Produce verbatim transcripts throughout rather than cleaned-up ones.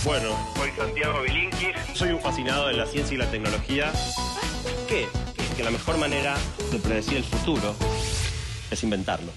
Bueno, Soy Santiago Bilinkis. soy un fascinado de la ciencia y la tecnología. ¿Qué? Que la mejor manera de predecir el futuro es inventarlo.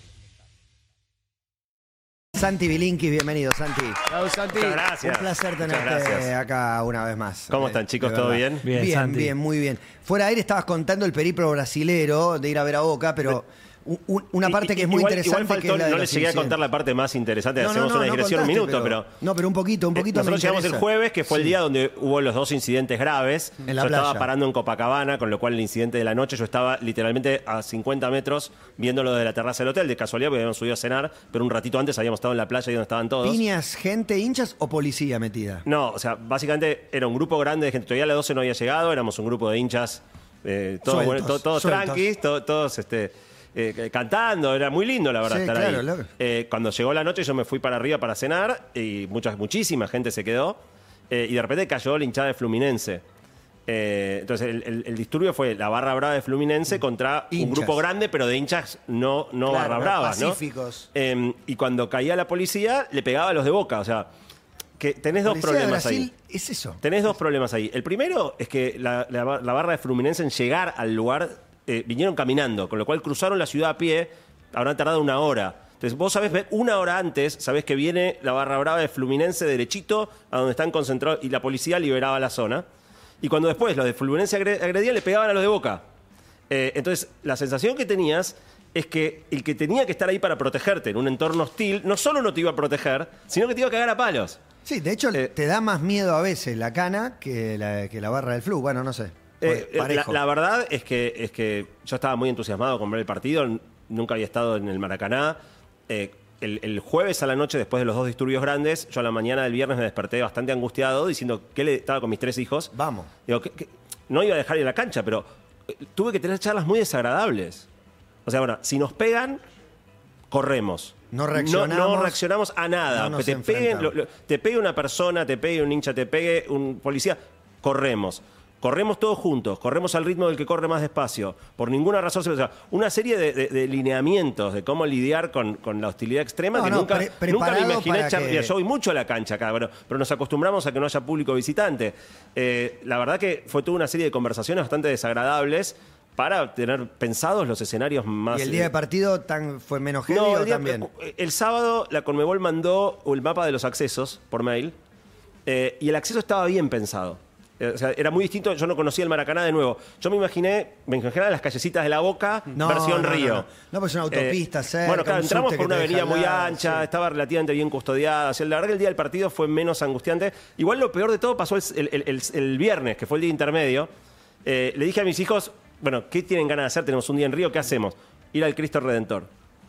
Santi Bilinkis, bienvenido, Santi. Chau, Santi. Muchas gracias. Un placer Muchas tenerte gracias. acá una vez más. ¿Cómo Eh, están, chicos? de ¿Todo verdad. bien? Bien, Bien, bien, Santi. muy bien. Fuera de aire estabas contando el periplo brasilero de ir a ver a Boca, pero un- un- una parte que es muy igual, interesante igual faltó, que es la de no los les llegué a contar incidentes. la parte más interesante. No, no, Hacemos no, una no digresión un contaste, minuto, pero... No, pero un poquito, un Eh, poquito me Nosotros llegamos el interesa. jueves, que fue el Sí. día donde hubo los dos incidentes graves. En la yo estaba playa. parando en Copacabana, con lo cual el incidente de la noche yo estaba literalmente a cincuenta metros viéndolo desde la terraza del hotel, de casualidad, porque habíamos subido a cenar, pero un ratito antes habíamos estado en la playa y donde estaban todos. ¿Piñas, gente, hinchas o policía metida? No, o sea, básicamente era un grupo grande de gente. Todavía a las doce no había llegado, éramos un grupo de hinchas, eh, todos, Sueltos, bueno, to- todos sueltos. tranquis, to- todos este, eh, cantando. Era muy lindo, la verdad, Sí, estar claro, ahí. claro. Eh, cuando llegó la noche, yo me fui para arriba para cenar y mucha, muchísima gente se quedó. Eh, y de repente cayó la hinchada de Fluminense. Eh, entonces, el, el- el disturbio fue la barra brava de Fluminense contra un Hinchas. grupo grande, pero de hinchas no, no Claro, barra bravas, ¿no? pacíficos. Eh, y cuando caía la policía, le pegaba a los de Boca. O sea, que tenés dos Policía de problemas ahí. Brasil es eso. Tenés dos problemas ahí. El primero es que la, la- la barra de Fluminense en llegar al lugar eh, vinieron caminando, con lo cual cruzaron la ciudad a pie, habrán tardado una hora. Entonces vos sabés, ver una hora antes, sabés que viene la barra brava de Fluminense derechito a donde están concentrados y la policía liberaba la zona. Y cuando después los de Fluminense agre- agredían, le pegaban a los de Boca. Eh, entonces la sensación que tenías es que el que tenía que estar ahí para protegerte en un entorno hostil, no solo no te iba a proteger, sino que te iba a cagar a palos. Sí, de hecho Eh, te da más miedo a veces la cana que la, que la barra del flu. Bueno, no sé. Eh, la, Parejo. la verdad es que, es que yo estaba muy entusiasmado con ver el partido. N- Nunca había estado en el Maracaná. Eh, el, el jueves a la noche, después de los dos disturbios grandes, yo a la mañana del viernes me desperté bastante angustiado, diciendo que le estaba con mis tres hijos. Vamos. Digo, que, que- no iba a dejar ir a la cancha, pero eh, tuve que tener charlas muy desagradables. O sea, bueno, si nos pegan, corremos. No reaccionamos. No, no reaccionamos a nada. No nos que te peguen, enfrentamos. lo- lo- te pegue una persona, te pegue un hincha, te pegue un policía, corremos. Corremos todos juntos, corremos al ritmo del que corre más despacio. Por ninguna razón se... O sea, una serie de, de- de lineamientos de cómo lidiar con, con la hostilidad extrema No, que no, nunca, pre- nunca me preparado imaginé para echar. que- Mira, yo voy mucho a la cancha acá, pero, pero nos acostumbramos a que no haya público visitante. Eh, la verdad que fue toda una serie de conversaciones bastante desagradables para tener pensados los escenarios más... ¿Y el día de eh, partido tan, fue menos heavy no, o el, día- también? el sábado la Conmebol mandó el mapa de los accesos por mail eh, y el acceso estaba bien pensado. Eh, O sea, era muy distinto, yo no conocía el Maracaná de nuevo. Yo me imaginé, me imaginaba las callecitas de la Boca, No, versión no, no, Río. no. No, pues es una autopista cerca, Bueno, claro, un entramos subte por que una te avenida deja muy al lado, ancha, sí. estaba relativamente bien custodiada. O sea, la verdad que el día del partido fue menos angustiante. Igual lo peor de todo pasó el, el- el- el viernes, que fue el día intermedio. Eh, le dije a mis hijos, bueno, ¿qué tienen ganas de hacer? Tenemos un día en Río, ¿qué hacemos? Ir al Cristo Redentor.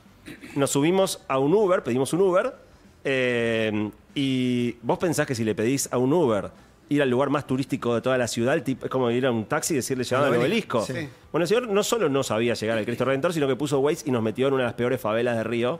Nos subimos a un Uber, pedimos un Uber, eh, y vos pensás que si le pedís a un Uber ir al lugar más turístico de toda la ciudad, el tipo- es como ir a un taxi y decirle llevado al Al obelisco. obelisco, sí. Bueno, el señor no solo no sabía llegar al Cristo Redentor, sino que puso Waze y nos metió en una de las peores favelas de Río,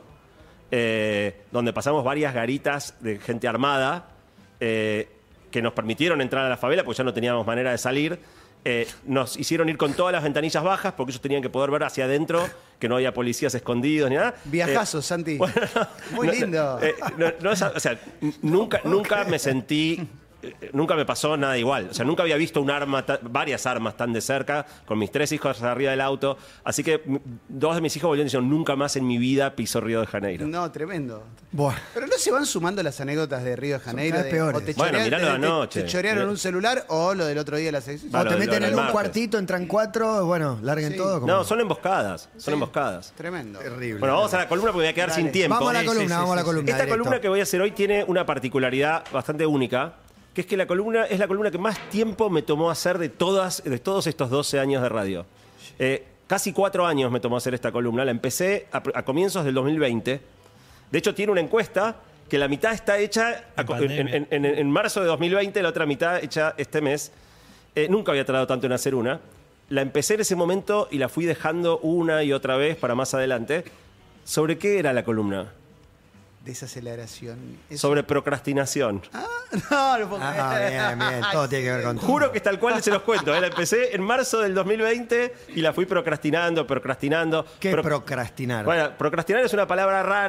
eh, donde pasamos varias garitas de gente armada, eh, que nos permitieron entrar a la favela, porque ya no teníamos manera de salir. Eh, nos hicieron ir con todas las ventanillas bajas, porque ellos tenían que poder ver hacia adentro, que no había policías escondidos ni nada. Viajazo, Eh, Santi. bueno, Muy no, lindo. eh, no, no es- o sea, n- nunca, nunca me sentí, eh, nunca me pasó nada igual. O sea, nunca había visto un arma, ta- varias armas tan de cerca, con mis tres hijos arriba del auto. Así que m- dos de mis hijos volvieron y dijeron, nunca más en mi vida piso Río de Janeiro. No, tremendo. Buah. Pero no se van sumando las anécdotas de Río de Janeiro. cada de- vez peores. o te Bueno, chorea- miralo de te- te- anoche. Te chorearon Mirá. un celular o lo del otro día de la seis. Ah, O lo te de- meten lo en del un martes. cuartito, entran cuatro, bueno, larguen Sí. todo. Como... No, son emboscadas, son Sí. emboscadas. Tremendo. Terrible. Bueno, vamos a la columna porque me voy a quedar Dale. sin tiempo. Vamos a la Sí, columna, sí, vamos a la sí, columna. Esta directo. columna que voy a hacer hoy tiene una particularidad bastante única, que es que la columna es la columna que más tiempo me tomó hacer de, todas, de todos estos doce años de radio. Eh, casi cuatro años me tomó hacer esta columna. La empecé a, a comienzos del dos mil veinte. De hecho, tiene una encuesta que la mitad está hecha a- en, en- en- en marzo de dos mil veinte, la otra mitad hecha este mes. Eh, nunca había tardado tanto en hacer una. La empecé en ese momento y la fui dejando una y otra vez para más adelante. ¿Sobre qué era la columna? Desaceleración. Eso- Sobre procrastinación. No, no puedo Ah, creer. bien, bien. Todo tiene que ver con todo. Juro que es tal cual se los cuento. ¿eh? La empecé en marzo del dos mil veinte y la fui procrastinando, procrastinando. ¿Qué Pro- procrastinar? Bueno, procrastinar es una palabra rara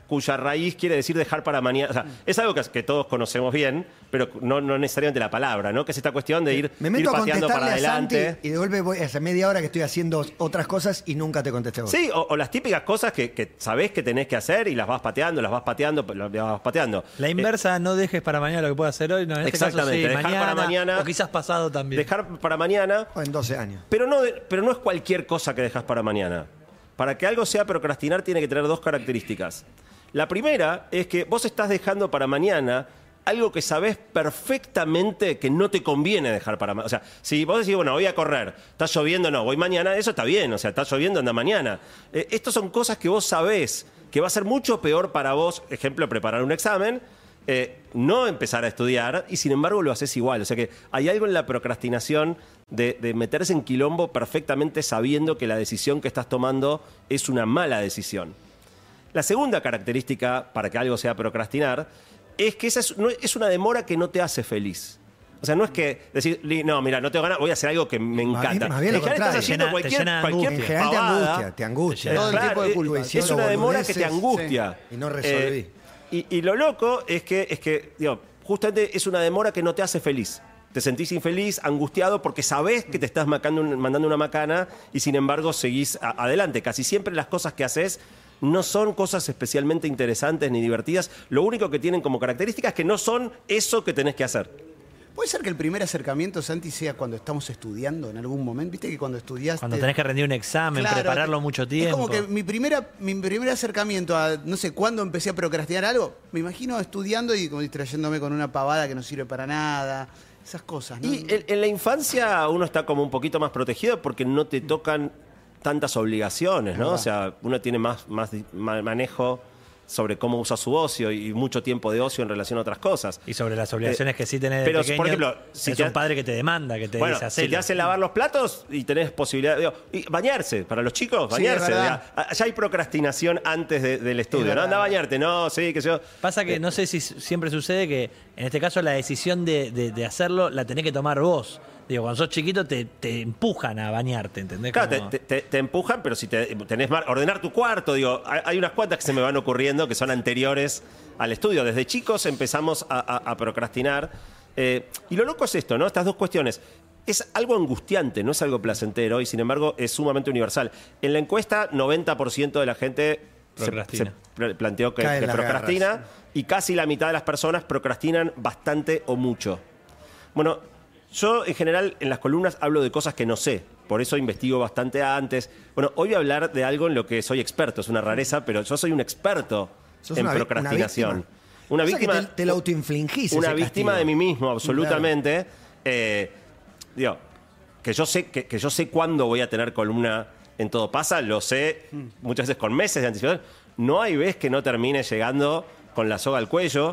cuya raíz quiere decir dejar para mañana. O sea, es algo que, que todos conocemos bien, pero no, no necesariamente la palabra, ¿no? Que es esta cuestión de ir, Me ir meto a pateando para contestarle a Santi adelante. y de golpe voy hace media hora que estoy haciendo otras cosas y nunca te contesté vos. Sí, o, o las típicas cosas que, que sabés que tenés que hacer y las vas pateando, las vas pateando, las vas pateando. La inversa, no dejes para mañana lo que puedas hacer hoy. No, en este caso Exactamente, sí, dejar mañana, para mañana. o quizás pasado también. Dejar para mañana. O en doce años. Pero no, de- pero no es cualquier cosa que dejas para mañana. Para que algo sea procrastinar tiene que tener dos características. La primera es que vos estás dejando para mañana algo que sabés perfectamente que no te conviene dejar para mañana. O sea, si vos decís, bueno, voy a correr, está lloviendo, no, voy mañana, eso está bien, o sea, está lloviendo, anda mañana. Eh, Estas son cosas que vos sabés que va a ser mucho peor para vos, ejemplo, preparar un examen, eh, no empezar a estudiar y sin embargo lo haces igual. O sea que hay algo en la procrastinación de, de meterse en quilombo perfectamente sabiendo que la decisión que estás tomando es una mala decisión. La segunda característica para que algo sea procrastinar es que esa es, no- es una demora que no te hace feliz. O sea, no es que decir, "Li- no, mira, no tengo ganas, voy a hacer algo que me Más bien- encanta. más bien lo En general estás contrario. haciendo Te llena- te cualquier, llena de cualquier angustia. En general te pavada. angustia, te angustia. Todo el Claro, tipo de es- culpa. Es Diciendo una demora que te boludeces, angustia. sí, y no resolví. Eh, y, y lo loco es que, es que digo, justamente es una demora que no te hace feliz. Te sentís infeliz, angustiado, porque sabés que te estás macando un- mandando una macana y sin embargo seguís a- adelante. Casi siempre las cosas que haces no son cosas especialmente interesantes ni divertidas. Lo único que tienen como característica es que no son eso que tenés que hacer. ¿Puede ser que el primer acercamiento, Santi, sea cuando estamos estudiando en algún momento? ¿Viste que cuando estudiaste... Cuando tenés que rendir un examen, Claro, prepararlo te- mucho tiempo. Es como que mi, primera, mi primer acercamiento a, no sé, cuándo empecé a procrastinar algo, me imagino estudiando y como distrayéndome con una pavada que no sirve para nada. Esas cosas, ¿no? Y en, en la infancia uno está como un poquito más protegido porque no te tocan tantas obligaciones, ¿no? O sea, uno tiene más, más di- ma- manejo sobre cómo usa su ocio y mucho tiempo de ocio en relación a otras cosas. Y sobre las obligaciones Eh, que sí tenés de pero, pequeño, por ejemplo, si es te un ha- padre que te demanda, que te Bueno, dice si hacerlo. te hacen lavar los platos y tenés posibilidad, digo, y bañarse, para los chicos, Sí, bañarse. es verdad. ya, ya hay procrastinación antes de- del estudio, ¿no? verdad. Anda a bañarte, no, sí, que yo. Pasa que no sé si siempre sucede que en este caso la decisión de, de- de hacerlo la tenés que tomar vos. Digo, cuando sos chiquito te, te empujan a bañarte, ¿entendés? Claro, te, Como- te- te- te empujan, pero si te, tenés mar- ordenar tu cuarto, digo, hay, hay unas cuantas que se me van ocurriendo que son anteriores al estudio. Desde chicos empezamos a, a- a procrastinar. eh, y lo loco es esto, ¿no? Estas dos cuestiones. Es algo angustiante, no es algo placentero y sin embargo es sumamente universal. En la encuesta, noventa por ciento de la gente se- Procrastina. se pl- planteó que, Cae en que las procrastina garras. y casi la mitad de las personas procrastinan bastante o mucho. Bueno, yo en general en las columnas hablo de cosas que no sé, por eso investigo bastante antes. Bueno, hoy voy a hablar de algo en lo que soy experto, es una rareza, pero yo soy un experto Sos en una vi- una procrastinación. víctima. Una Pasa que víctima, te- te lo autoinfligís Una ese víctima castigo. de mí mismo, absolutamente. Eh, digo, que yo sé que, que yo sé cuándo voy a tener columna en Todo Pasa, lo sé muchas veces con meses de anticipación. No hay vez que no termine llegando con la soga al cuello.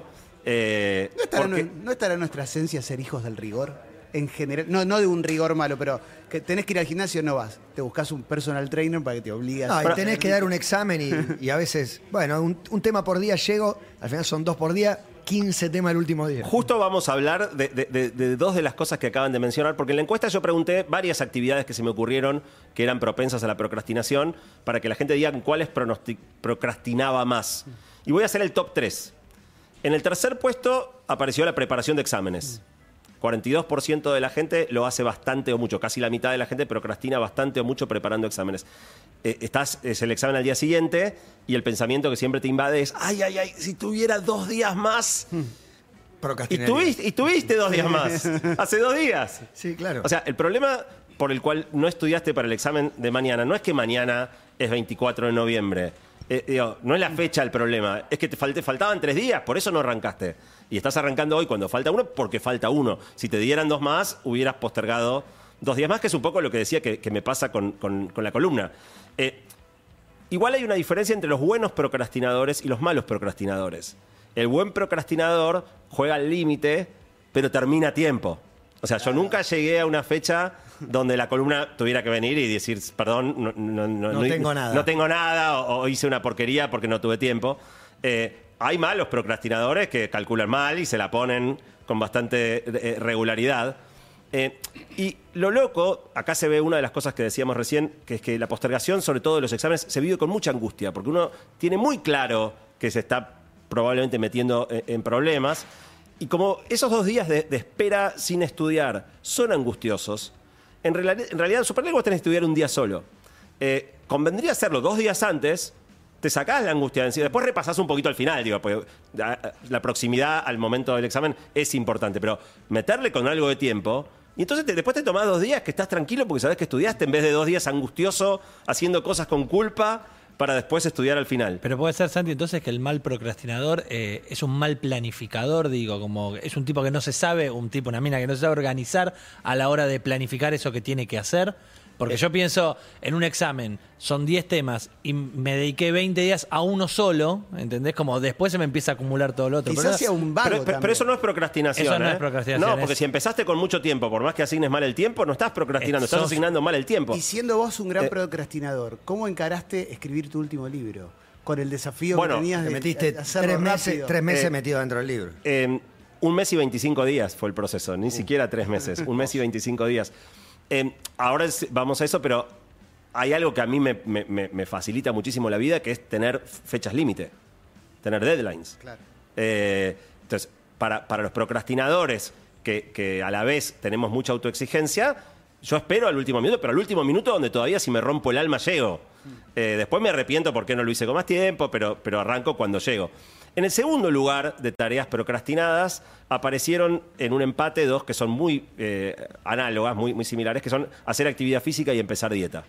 eh, ¿No estará, porque- nue- ¿No estará en nuestra esencia ser hijos del rigor? En general, no, no de un rigor malo, pero que tenés que ir al gimnasio, no vas. Te buscas un personal trainer para que te obligue a No, y hacer- tenés que dar un examen y, y a veces, bueno, un, un tema por día llego, al final son dos por día, quince temas el último día. Justo vamos a hablar de, de- de- de dos de las cosas que acaban de mencionar, porque en la encuesta yo pregunté varias actividades que se me ocurrieron que eran propensas a la procrastinación, para que la gente diga en cuáles pronosti- procrastinaba más. Y voy a hacer el top tres. En el tercer puesto apareció la preparación de exámenes. cuarenta y dos por ciento de la gente lo hace bastante o mucho, casi la mitad de la gente procrastina bastante o mucho preparando exámenes. Eh, estás, es el examen al día siguiente y el pensamiento que siempre te invade es, ay, ay, ay, si tuviera dos días más. Y Procrastinaría. tuviste, y tuviste dos días más, hace dos días. Sí, claro. O sea, el problema por el cual no estudiaste para el examen de mañana no es que mañana es veinticuatro de noviembre. Eh, digo, no es la fecha el problema, es que te falte- faltaban tres días, por eso no arrancaste. Y estás arrancando hoy cuando falta uno, porque falta uno. Si te dieran dos más, hubieras postergado dos días más, que es un poco lo que decía que, que me pasa con, con- con la columna. Eh, igual hay una diferencia entre los buenos procrastinadores y los malos procrastinadores. El buen procrastinador juega al límite, pero termina a tiempo. O sea, yo nunca llegué a una fecha donde la columna tuviera que venir y decir, perdón, no, no- no- No tengo nada. No tengo nada o, o hice una porquería porque no tuve tiempo. Eh, hay malos procrastinadores que calculan mal y se la ponen con bastante eh, regularidad. Eh, y lo loco, acá se ve una de las cosas que decíamos recién, que es que la postergación, sobre todo de los exámenes, se vive con mucha angustia, porque uno tiene muy claro que se está probablemente metiendo en, en problemas, y como esos dos días de, de espera sin estudiar son angustiosos, en, reali en realidad en Superley vos tenés que estudiar un día solo. Eh, convendría hacerlo dos días antes, te sacás la angustia de encima, después repasás un poquito al final, digo, porque la, la proximidad al momento del examen es importante, pero meterle con algo de tiempo. Y entonces te, después te tomás dos días que estás tranquilo porque sabés que estudiaste en vez de dos días angustioso haciendo cosas con culpa para después estudiar al final. Pero puede ser, Santi, entonces que el mal procrastinador eh, es un mal planificador, digo, como es un tipo que no se sabe, un tipo, una mina que no se sabe organizar a la hora de planificar eso que tiene que hacer. Porque yo pienso, en un examen son diez temas y me dediqué veinte días a uno solo, ¿entendés? Como después se me empieza a acumular todo lo otro. Quizás pero, sea un vago Pero, pero, pero eso no es procrastinación. Eso no ¿eh? es procrastinación, No, porque es- si empezaste con mucho tiempo, por más que asignes mal el tiempo, no estás procrastinando, Eh, sos- estás asignando mal el tiempo. Y siendo vos un gran Eh, procrastinador, ¿cómo encaraste escribir tu último libro? Con el desafío Bueno, que tenías Te de metiste de hacerlo tres meses, rápido. tres meses Eh, metido dentro del libro. Eh, un mes y veinticinco días fue el proceso, ni siquiera tres meses, un mes y veinticinco días. Eh, ahora es- vamos a eso, pero hay algo que a mí me, me- me- me facilita muchísimo la vida, que es tener fechas límite, tener deadlines. Claro. Eh, entonces, para, para los procrastinadores, que, que a la vez tenemos mucha autoexigencia, yo espero al último minuto, pero al último minuto donde todavía si me rompo el alma llego. Eh, después me arrepiento porque no lo hice con más tiempo, pero, pero arranco cuando llego. En el segundo lugar de tareas procrastinadas aparecieron en un empate dos que son muy eh, análogas, muy, muy similares, que son hacer actividad física y empezar dieta.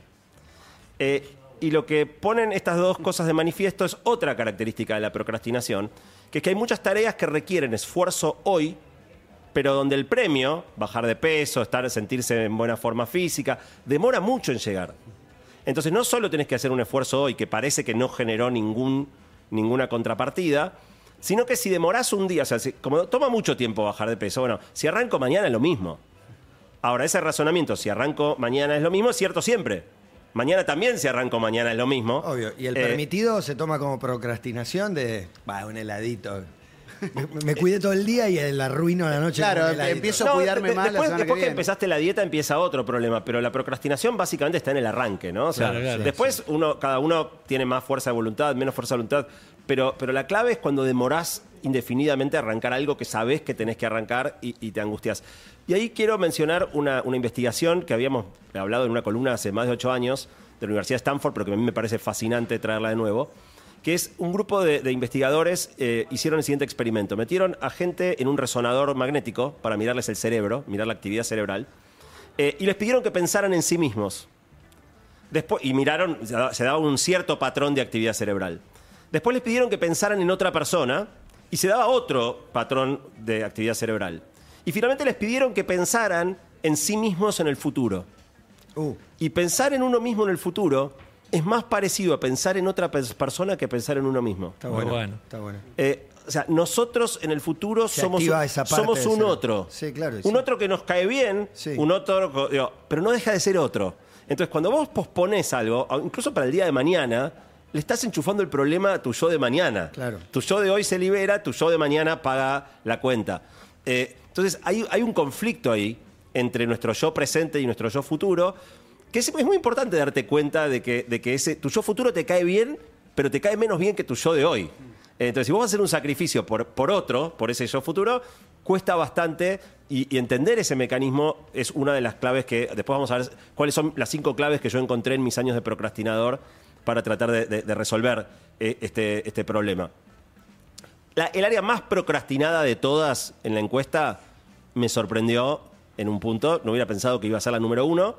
Eh, y lo que ponen estas dos cosas de manifiesto es otra característica de la procrastinación, que es que hay muchas tareas que requieren esfuerzo hoy, pero donde el premio, bajar de peso, estar, sentirse en buena forma física, demora mucho en llegar. Entonces no solo tenés que hacer un esfuerzo hoy que parece que no generó ningún, ninguna contrapartida, sino que si demorás un día, o sea, si- como toma mucho tiempo bajar de peso, bueno, si arranco mañana es lo mismo. Ahora, ese razonamiento, si arranco mañana es lo mismo, es cierto siempre. Mañana también, si arranco mañana es lo mismo. Obvio. Y el Eh, permitido se toma como procrastinación de, va, un heladito. Me, me cuidé todo el día y la arruino a la noche. Claro, con un heladito. empiezo a cuidarme de- más la después, semana que después que, viene. empezaste la dieta empieza otro problema, pero la procrastinación básicamente está en el arranque, ¿no? O sea, Claro, claro. después uno, cada uno tiene más fuerza de voluntad, menos fuerza de voluntad, pero, pero la clave es cuando demorás indefinidamente a arrancar algo que sabés que tenés que arrancar y, y te angustias. Y ahí quiero mencionar una, una investigación que habíamos hablado en una columna hace más de ocho años de la Universidad de Stanford, pero que a mí me parece fascinante traerla de nuevo, que es un grupo de, de investigadores eh, hicieron el siguiente experimento. Metieron a gente en un resonador magnético para mirarles el cerebro, mirar la actividad cerebral, eh, y les pidieron que pensaran en sí mismos. Después, y miraron, se daba- se daba un cierto patrón de actividad cerebral. Después les pidieron que pensaran en otra persona y se daba otro patrón de actividad cerebral. Y finalmente les pidieron que pensaran en sí mismos en el futuro. Uh, Y pensar en uno mismo en el futuro es más parecido a pensar en otra pers- persona que pensar en uno mismo. está Muy bueno, bueno. Está bueno. Eh, o sea, nosotros en el futuro Se somos, activa un- esa parte somos del un cerebro. otro. Sí, claro, Un sí. otro que nos cae bien, Sí. un otro, co- digo, pero no deja de ser otro. Entonces, cuando vos posponés algo, a- incluso para el día de mañana, le estás enchufando el problema a tu yo de mañana. Claro. Tu yo de hoy se libera, tu yo de mañana paga la cuenta. Eh, entonces, hay, hay un conflicto ahí entre nuestro yo presente y nuestro yo futuro, que es, es muy importante darte cuenta de que, de que ese, tu yo futuro te cae bien, pero te cae menos bien que tu yo de hoy. Entonces, si vos vas a hacer un sacrificio por, por otro, por ese yo futuro, cuesta bastante y, y entender ese mecanismo es una de las claves que después vamos a ver cuáles son las cinco claves que yo encontré en mis años de procrastinador para tratar de, de- de resolver eh, este, este problema. La- el área más procrastinada de todas en la encuesta me sorprendió en un punto, no hubiera pensado que iba a ser la número uno,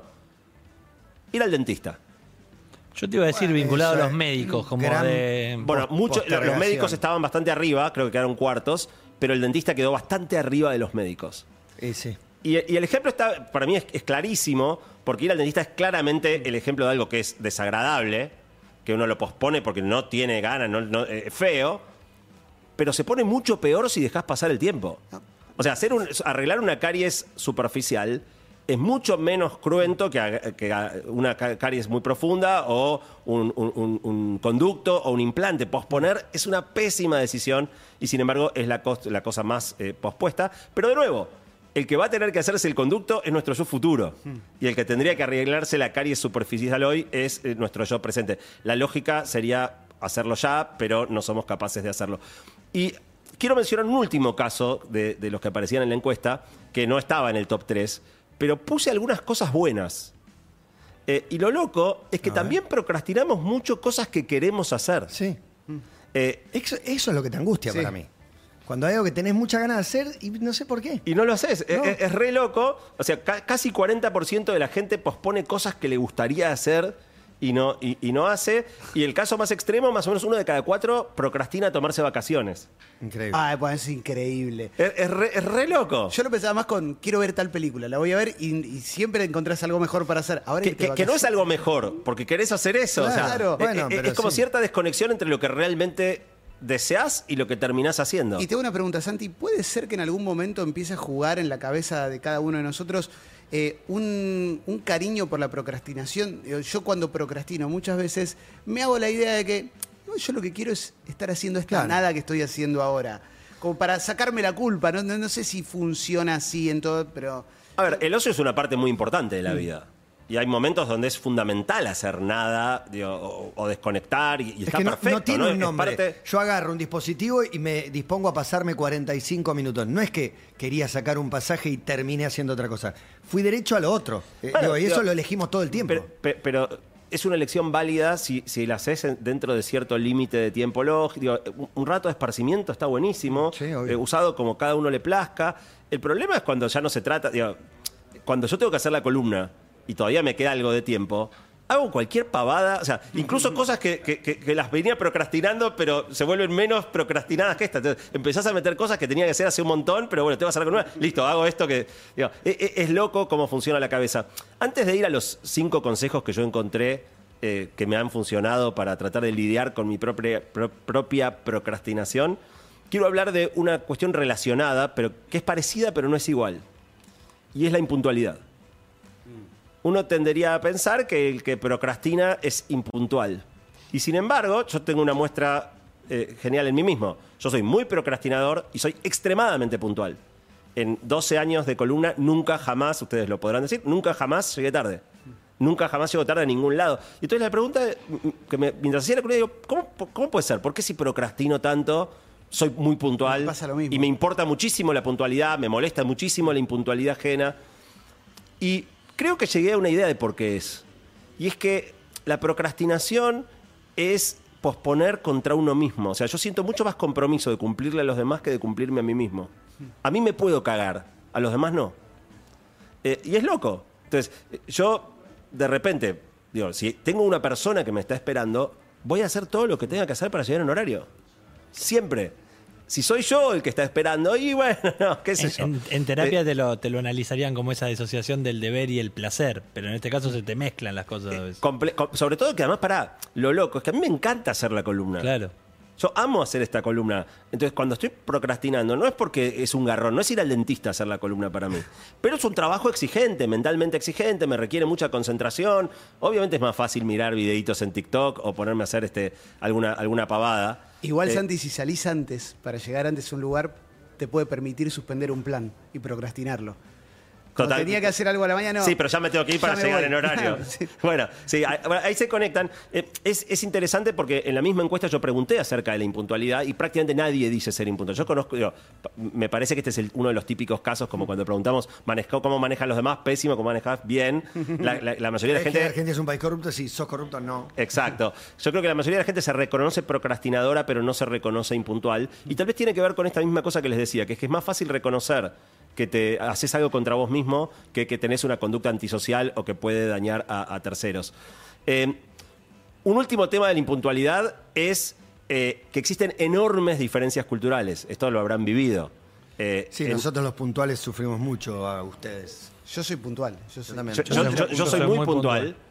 ir al dentista. Yo te iba a decir Bueno, vinculado a eso los es médicos, como gran- de... Bueno, Pos- muchos, lo- los postergación. médicos estaban bastante arriba, creo que quedaron cuartos, pero el dentista quedó bastante arriba de los médicos. Y sí. Y, y el ejemplo está, para mí es, es clarísimo, porque ir al dentista es claramente el ejemplo de algo que es desagradable, que uno lo pospone porque no tiene ganas, no, no- eh, es feo, pero se pone mucho peor si dejas pasar el tiempo. O sea, hacer un- arreglar una caries superficial es mucho menos cruento que, a- que a- una ca- caries muy profunda o un, un- un- un conducto o un implante. Posponer es una pésima decisión y sin embargo es la, cos- la cosa más eh, pospuesta. Pero de nuevo, el que va a tener que hacerse el conducto es nuestro yo futuro. Y el que tendría que arreglarse la caries superficial hoy es eh, nuestro yo presente. La lógica sería hacerlo ya, pero no somos capaces de hacerlo. Y quiero mencionar un último caso de, de los que aparecían en la encuesta, que no estaba en el top tres, pero puse algunas cosas buenas. Eh, y lo loco es que A también procrastinamos mucho cosas que queremos hacer. Sí. Eh, Eso, eso es lo que te angustia Sí. para mí. Cuando hay algo que tenés muchas ganas de hacer y no sé por qué. y no lo haces. No. Es, es re loco. O sea, ca- casi cuarenta por ciento de la gente pospone cosas que le gustaría hacer y no, y, y no hace. Y el caso más extremo, más o menos uno de cada cuatro procrastina tomarse vacaciones. Increíble. Ah, pues es increíble. Es, es re, es re loco. Yo lo pensaba más con quiero ver tal película, la voy a ver y, y siempre encontrás algo mejor para hacer. Ahora Que, irte de que- que no es vacaciones. algo mejor, porque querés hacer eso. o sea, Claro. eh, Bueno, eh, pero es como sí. cierta desconexión entre lo que realmente deseas y lo que terminás haciendo. Y tengo una pregunta, Santi. ¿Puede ser que en algún momento empiece a jugar en la cabeza de cada uno de nosotros eh, un, un cariño por la procrastinación? Eh, Yo cuando procrastino muchas veces me hago la idea de que no, yo lo que quiero es estar haciendo esta Claro. nada que estoy haciendo ahora. Como para sacarme la culpa. No, no, no sé si funciona así en todo, pero... A ver, el ocio es una parte muy importante de la vida. Y hay momentos donde es fundamental hacer nada digo, o, o desconectar y, y Es está que no, perfecto. no tiene ¿no? un Es nombre. parte- Yo agarro un dispositivo y me dispongo a pasarme cuarenta y cinco minutos. No es que quería sacar un pasaje y terminé haciendo otra cosa. Fui derecho a lo otro. Eh, Bueno, digo, y digo, eso lo elegimos todo el tiempo. Pero, pe- pero es una elección válida si, si la haces en- dentro de cierto límite de tiempo lógico. Digo, un, un rato de esparcimiento está buenísimo, Sí, obvio. eh, usado como cada uno le plazca. El problema es cuando ya no se trata... Digo, cuando yo tengo que hacer la columna y todavía me queda algo de tiempo, hago cualquier pavada, o sea, incluso cosas que, que- que- que las venía procrastinando, pero se vuelven menos procrastinadas que estas. Entonces, empezás a meter cosas que tenía que hacer hace un montón, pero bueno, te vas a hacer la columna, listo, hago esto que... digo, e- e- es, loco cómo funciona la cabeza. Antes de ir a los cinco consejos que yo encontré eh, que me han funcionado para tratar de lidiar con mi propia, pro- propia procrastinación, quiero hablar de una cuestión relacionada, pero que es parecida, pero no es igual. Y es la impuntualidad. Uno tendería a pensar que el que procrastina es impuntual. Y sin embargo, yo tengo una muestra eh, genial en mí mismo. Yo soy muy procrastinador y soy extremadamente puntual. En doce años de columna, nunca jamás, ustedes lo podrán decir, nunca jamás llegué tarde. Nunca jamás llego tarde a ningún lado. Y entonces la pregunta, que me- mientras hacía la columna, digo, ¿cómo, ¿cómo puede ser? ¿Por qué si procrastino tanto, soy muy puntual? Me pasa lo mismo. Y me importa muchísimo la puntualidad, me molesta muchísimo la impuntualidad ajena. Y creo que llegué a una idea de por qué es. Y es que la procrastinación es posponer contra uno mismo. O sea, yo siento mucho más compromiso de cumplirle a los demás que de cumplirme a mí mismo. A mí me puedo cagar, a los demás no. Eh, y es loco. Entonces, eh, yo de repente, digo, si tengo una persona que me está esperando, voy a hacer todo lo que tenga que hacer para llegar en horario. Siempre. Si soy yo el que está esperando, y bueno, no, qué sé En, yo. en- en terapia Eh, te, lo, te lo analizarían como esa disociación del deber y el placer, pero en este caso se te mezclan las cosas a veces. Comple- com- sobre todo que además, pará, lo loco, es que a mí me encanta hacer la columna. Claro. Yo amo hacer esta columna. Entonces, cuando estoy procrastinando, no es porque es un garrón, no es ir al dentista a hacer la columna para mí. Pero es un trabajo exigente, mentalmente exigente, me requiere mucha concentración. Obviamente es más fácil mirar videitos en TikTok o ponerme a hacer este, alguna, alguna pavada. Igual, Eh, Santi, si salís antes, para llegar antes a un lugar, te puede permitir suspender un plan y procrastinarlo. Cuando Total. tenía que hacer algo a la mañana, no. Sí, pero ya me tengo que ir Ya para me llegar voy. en horario. Sí. Bueno, sí, ahí, bueno, ahí se conectan. Eh, es, es interesante porque en la misma encuesta yo pregunté acerca de la impuntualidad y prácticamente nadie dice ser impuntual. Yo conozco, digo, pa- me parece que este es el- uno de los típicos casos, como cuando preguntamos maneja- cómo manejan los demás, pésimo, cómo manejas bien. La, la- la mayoría de la Es que gente... Argentina es un país corrupto, si sos corrupto, no. Exacto. Yo creo que la mayoría de la gente se reconoce procrastinadora, pero no se reconoce impuntual. Y tal vez tiene que ver con esta misma cosa que les decía, que es que es más fácil reconocer que te haces algo contra vos mismo que que tenés una conducta antisocial o que puede dañar a, a terceros. Eh, un último tema de la impuntualidad es eh, que existen enormes diferencias culturales. Esto lo habrán vivido. Eh, Sí, en- nosotros los puntuales sufrimos mucho a ustedes. Yo soy puntual. Yo soy, también. Yo, yo- yo- yo soy muy puntual,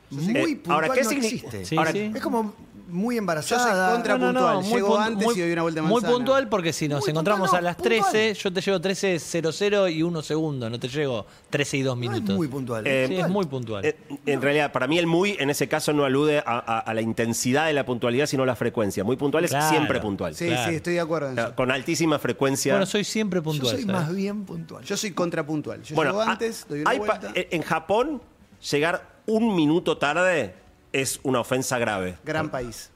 muy Eh, puntual ahora, ¿qué no significa? existe. Sí, Ahora, sí. Es como muy Yo embarazada. soy contra puntual. muy Llego pun- antes muy- y doy una vuelta de Muy manzana. puntual porque si nos Muy encontramos puntual, a las no, puntual. trece, yo te llego trece cero cero y uno segundo, no te llego trece y dos No minutos. es muy puntual. Eh, Sí, es muy puntual. Eh, en realidad, para mí el muy en ese caso no alude a, a- a la intensidad de la puntualidad, sino a la frecuencia. Muy puntual es Claro. siempre puntual. Sí, Claro. sí, estoy de acuerdo en O sea, eso. con altísima frecuencia. Bueno, soy siempre Yo puntual. soy ¿sabes? más bien puntual. Yo soy contrapuntual. Yo Bueno, llego a- antes, doy una hay pa- vuelta. en Japón, llegar un minuto tarde es una ofensa grave. Gran país.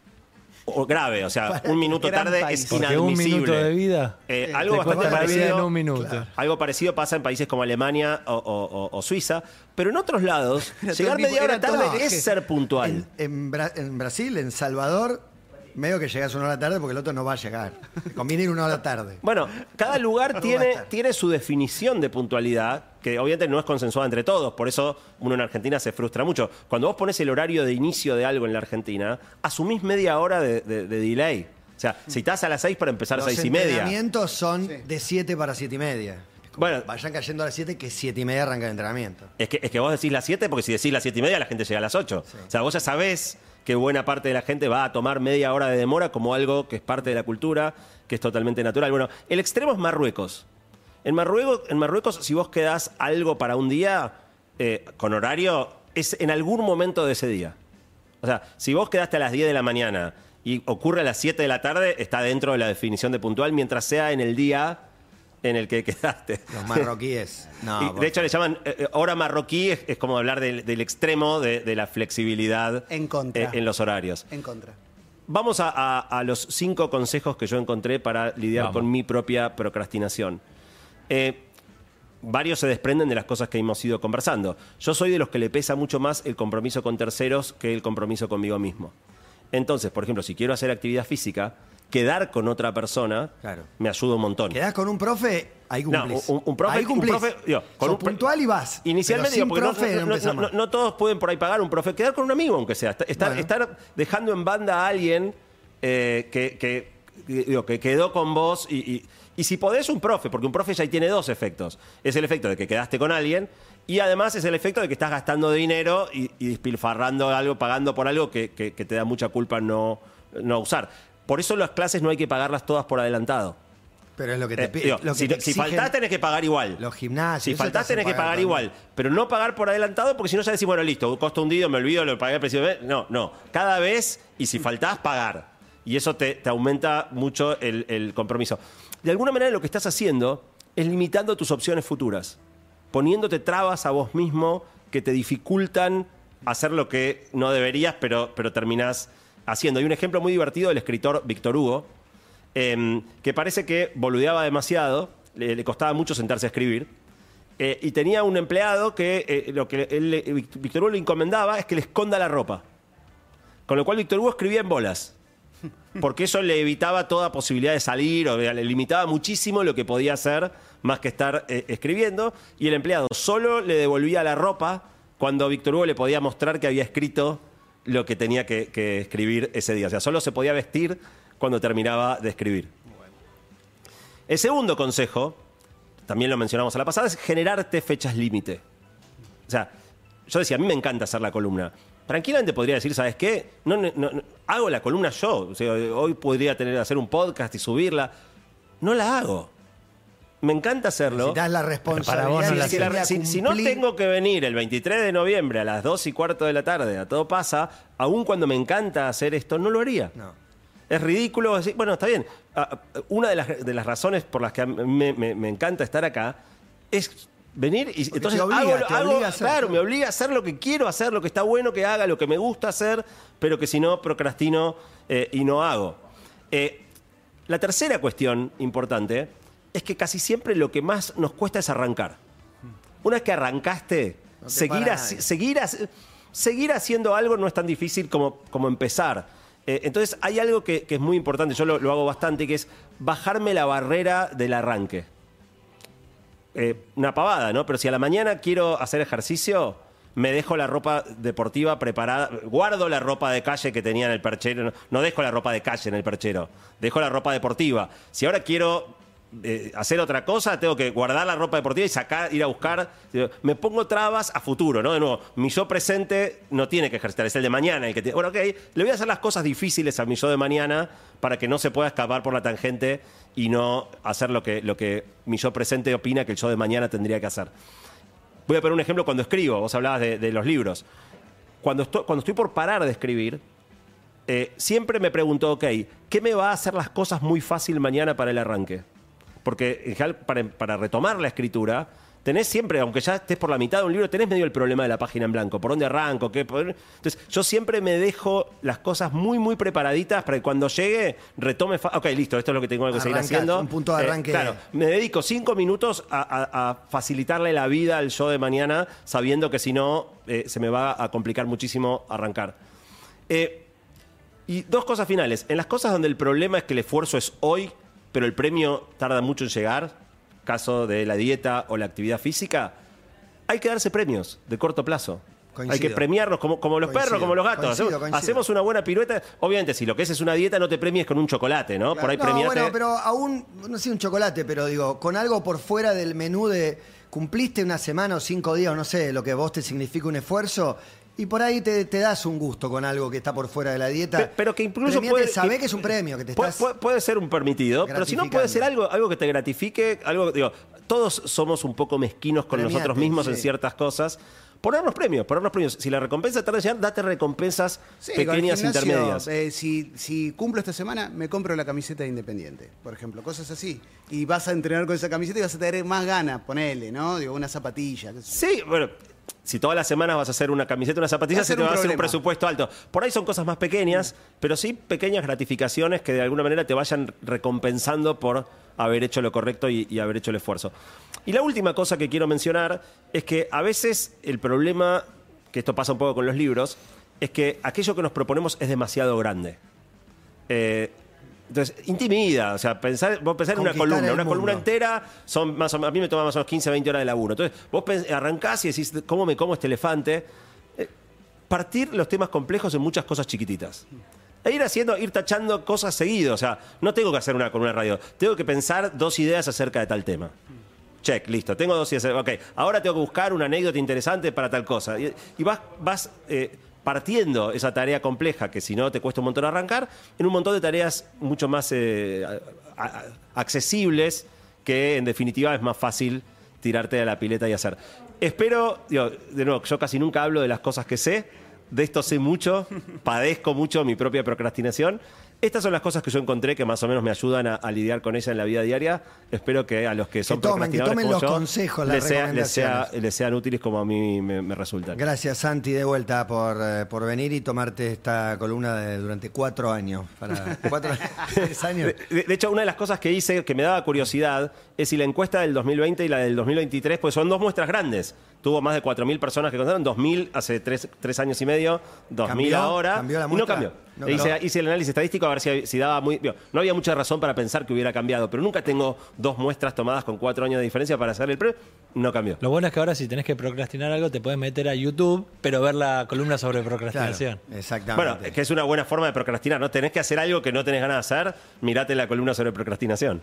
O grave, o sea, un minuto Gran tarde país. es Porque un inadmisible. minuto de vida Eh, Sí, algo te bastante cuesta la vida parecido. en un minuto. Algo parecido pasa en países como Alemania o, o- o- o Suiza, pero en otros lados, Era todo llegar el tiempo- media hora era todo tarde eje. es ser puntual. En, en Bra- en Brasil, en Salvador, medio que llegas una hora tarde porque el otro no va a llegar. Te conviene ir una hora tarde. Bueno, cada lugar va a tiene, estar. tiene su definición de puntualidad, que obviamente no es consensuada entre todos, por eso uno en Argentina se frustra mucho. Cuando vos pones el horario de inicio de algo en la Argentina, asumís media hora de, de- de delay. O sea, si estás a las seis para empezar a Los seis y media. entrenamientos son Sí. de siete para siete y media. Bueno, Vayan cayendo a las siete, que siete y media arranca el entrenamiento. es que, es que vos decís las siete, porque si decís las siete y media, la gente llega a las ocho. O sea, vos ya sabés que buena parte de la gente va a tomar media hora de demora como algo que es parte de la cultura, que es totalmente natural. Bueno, el extremo es Marruecos. En Marruecos, en Marruecos si vos quedás algo para un día eh, con horario, es en algún momento de ese día. O sea, si vos quedaste a las diez de la mañana y ocurre a las siete de la tarde, está dentro de la definición de puntual, mientras sea en el día en el que quedaste. Los marroquíes. No, Y, por de hecho, le llaman eh, eh, hora marroquí, es, es como hablar del, del extremo de, de la flexibilidad En contra. eh, en los horarios. En contra. Vamos a, a- a los cinco consejos que yo encontré para lidiar Vamos. con mi propia procrastinación. Eh, varios se desprenden de las cosas que hemos ido conversando. Yo soy de los que le pesa mucho más el compromiso con terceros que el compromiso conmigo mismo. Entonces, por ejemplo, si quiero hacer actividad física, quedar con otra persona Claro. me ayuda un montón. Quedás con un profe, ahí No, cumplís. un, un profe, ahí cumplís. un profe, digo, con Sos un pro- puntual y vas. Inicialmente, pero digo, sin porque profe no, no, no- empezás no- más. no todos pueden por ahí pagar un profe. Quedar con un amigo, aunque sea. Est- Estar, Bueno. estar dejando en banda a alguien eh, que, que, que- digo, que quedó con vos. Y, y- y si podés, un profe, porque un profe ya tiene dos efectos. Es el efecto de que quedaste con alguien y además es el efecto de que estás gastando dinero y, y despilfarrando algo, pagando por algo que, que- que te da mucha culpa no, no usar. Por eso las clases no hay que pagarlas todas por adelantado. Pero es lo que te Eh, pide. digo, lo que si, te si exigen faltás tenés que pagar igual. Los gimnasios. Si eso te faltás hacen tenés que pagar también. igual. Pero no pagar por adelantado porque si no ya decís, bueno, listo, costo hundido, me olvido, lo pagué al precio de... No, no. Cada vez, y si faltás, pagar. Y eso te, te aumenta mucho el, el compromiso. De alguna manera lo que estás haciendo es limitando tus opciones futuras. Poniéndote trabas a vos mismo que te dificultan hacer lo que no deberías, pero, pero terminás haciendo. Hay un ejemplo muy divertido del escritor Víctor Hugo, eh, que parece que boludeaba demasiado, le, le costaba mucho sentarse a escribir, eh, y tenía un empleado que eh, lo que él, le- Víctor Hugo le encomendaba es que le esconda la ropa. Con lo cual Víctor Hugo escribía en bolas. Porque eso le evitaba toda posibilidad de salir, o le limitaba muchísimo lo que podía hacer, más que estar eh, escribiendo. Y el empleado solo le devolvía la ropa cuando Víctor Hugo le podía mostrar que había escrito lo que tenía que, que escribir ese día. O sea, solo se podía vestir cuando terminaba de escribir. El segundo consejo, también lo mencionamos a la pasada, es generarte fechas límite. O sea, yo decía, a mí me encanta hacer la columna. Tranquilamente podría decir, ¿sabes qué? No, no, no, hago la columna yo. O sea, hoy podría tener hacer un podcast y subirla. No la hago. Me encanta hacerlo. Necesitas la responsabilidad. vos no de la Si, la- hacerla si- si no cumplir. tengo que venir el veintitrés de noviembre a las dos y cuarto de la tarde, a todo pasa, aun cuando me encanta hacer esto, no lo haría. No. Es ridículo decir, bueno, está bien. Ah, Una de las, de las razones por las que a mí me, me- me encanta estar acá es venir y Porque entonces te obliga, hago, te hago- obliga a hacer, claro, claro. me obliga a hacer lo que quiero hacer, lo que está bueno que haga, lo que me gusta hacer, pero que si no procrastino eh, y no hago. Eh, la tercera cuestión importante es que casi siempre lo que más nos cuesta es arrancar. Una vez que arrancaste, No te seguir, para haci- nadie. seguir, haci- seguir haciendo algo no es tan difícil como, como empezar. Eh, entonces hay algo que, que es muy importante, yo lo, lo hago bastante, que es bajarme la barrera del arranque. Eh, una pavada, ¿no? Pero si a la mañana quiero hacer ejercicio, me dejo la ropa deportiva preparada, guardo la ropa de calle que tenía en el perchero, no, no dejo la ropa de calle en el perchero, dejo la ropa deportiva. Si ahora quiero eh, hacer otra cosa, tengo que guardar la ropa deportiva y sacar, ir a buscar. Me pongo trabas a futuro, ¿no? De nuevo, mi yo presente no tiene que ejercitar, es el de mañana. El que tiene, bueno, ok, le voy a hacer las cosas difíciles a mi yo de mañana para que no se pueda escapar por la tangente y no hacer lo que, lo que mi yo presente opina que el yo de mañana tendría que hacer. Voy a poner un ejemplo cuando escribo. Vos hablabas de, de los libros. Cuando estoy, cuando estoy por parar de escribir, eh, siempre me pregunto, ok, ¿qué me va a hacer las cosas muy fácil mañana para el arranque? Porque en general, para, para retomar la escritura, tenés siempre, aunque ya estés por la mitad de un libro, tenés medio el problema de la página en blanco. ¿Por dónde arranco? ¿Qué? Entonces, yo siempre me dejo las cosas muy, muy preparaditas para que cuando llegue retome... Fa- ok, listo, esto es lo que tengo que seguir Arrancás, haciendo. un punto de arranque. Eh, claro, me dedico cinco minutos a, a- a facilitarle la vida al yo de mañana, sabiendo que si no, eh, se me va a complicar muchísimo arrancar. Eh, y dos cosas finales. En las cosas donde el problema es que el esfuerzo es hoy, pero el premio tarda mucho en llegar, caso de la dieta o la actividad física, hay que darse premios de corto plazo. Coincido. Hay que premiarnos como, como los Coincido, perros, como los gatos. coincido, hacemos, coincido. hacemos una buena pirueta. Obviamente, si lo que es es una dieta, no te premies con un chocolate, ¿no? Por ahí No, premiate. bueno, pero aún, no sé, un chocolate, pero digo, con algo por fuera del menú de cumpliste una semana o cinco días, o no sé, lo que a vos te significa un esfuerzo, y por ahí te, te das un gusto con algo que está por fuera de la dieta. Pe- pero que incluso Premiate, puede- sabés que- que es un premio, que te Puede, estás... puede- puede ser un permitido, pero si no puede ser algo, algo que te gratifique, algo, digo, todos somos un poco mezquinos con Premiate, nosotros mismos en sí. ciertas cosas. Ponernos premios, ponernos premios. Si la recompensa tarda en llegar, date recompensas Sí, con el pequeñas gimnasio, intermedias. eh, si, si cumplo esta semana, me compro la camiseta de Independiente, por ejemplo, cosas así. Y vas a entrenar con esa camiseta y vas a tener más ganas, ponele, ¿no? Digo, una zapatilla. qué sé yo. Sí, bueno, si todas las semanas vas a hacer una camiseta, una Va zapatilla, a se ser te va un a hacer un problema. presupuesto alto. Por ahí son cosas más pequeñas, pero sí pequeñas gratificaciones que de alguna manera te vayan recompensando por haber hecho lo correcto y, y haber hecho el esfuerzo. Y la última cosa que quiero mencionar es que a veces el problema, que esto pasa un poco con los libros, es que aquello que nos proponemos es demasiado grande. Eh, entonces, intimida, o sea, pensar, vos pensar en una Conquistar columna, el una columna mundo. entera, son más o menos, a mí me toma más o menos quince, veinte horas de laburo. Entonces, vos pens- arrancás y decís, ¿cómo me como este elefante? Eh, partir los temas complejos en muchas cosas chiquititas. E ir haciendo, ir tachando cosas seguido. O sea, no tengo que hacer una columna de radio, tengo que pensar dos ideas acerca de tal tema. Check, listo, tengo dos ideas. Ok, ahora tengo que buscar una anécdota interesante para tal cosa. Y, y vas, vas eh, partiendo esa tarea compleja, que si no te cuesta un montón arrancar, en un montón de tareas mucho más eh, a- a- accesibles, que en definitiva es más fácil tirarte a la pileta y hacer. Espero, digo, de nuevo, yo casi nunca hablo de las cosas que sé, de esto sé mucho, padezco mucho mi propia procrastinación. Estas son las cosas que yo encontré que más o menos me ayudan a, a lidiar con ella en la vida diaria. Espero que a los que son tomen, que procrastinadores tomen como los yo, consejos, las les, sea- les, sea- recomendaciones. les sean útiles como a mí me, me resultan. Gracias, Santi, de vuelta por, eh, por venir y tomarte esta columna de- durante cuatro años. Para, ¿Cuatro? ¿Tres años? De, de hecho, una de las cosas que hice que me daba curiosidad es si la encuesta del dos mil veinte y la del dos mil veintitrés, pues son dos muestras grandes. Tuvo más de cuatro mil personas que contaron, dos mil hace tres, tres años y medio, dos mil ¿Cambió? ahora. ¿Cambió la y no muestra? cambió. No E hice, cambió. hice el análisis estadístico a ver si, si daba muy... digo, no había mucha razón para pensar que hubiera cambiado, pero nunca tengo dos muestras tomadas con cuatro años de diferencia para hacer el premio. No cambió. Lo bueno es que ahora si tenés que procrastinar algo te puedes meter a YouTube, pero ver la columna sobre Claro, procrastinación. exactamente. Bueno, es que es una buena forma de procrastinar, ¿no? Tenés que hacer algo que no tenés ganas de hacer, mirate la columna sobre procrastinación.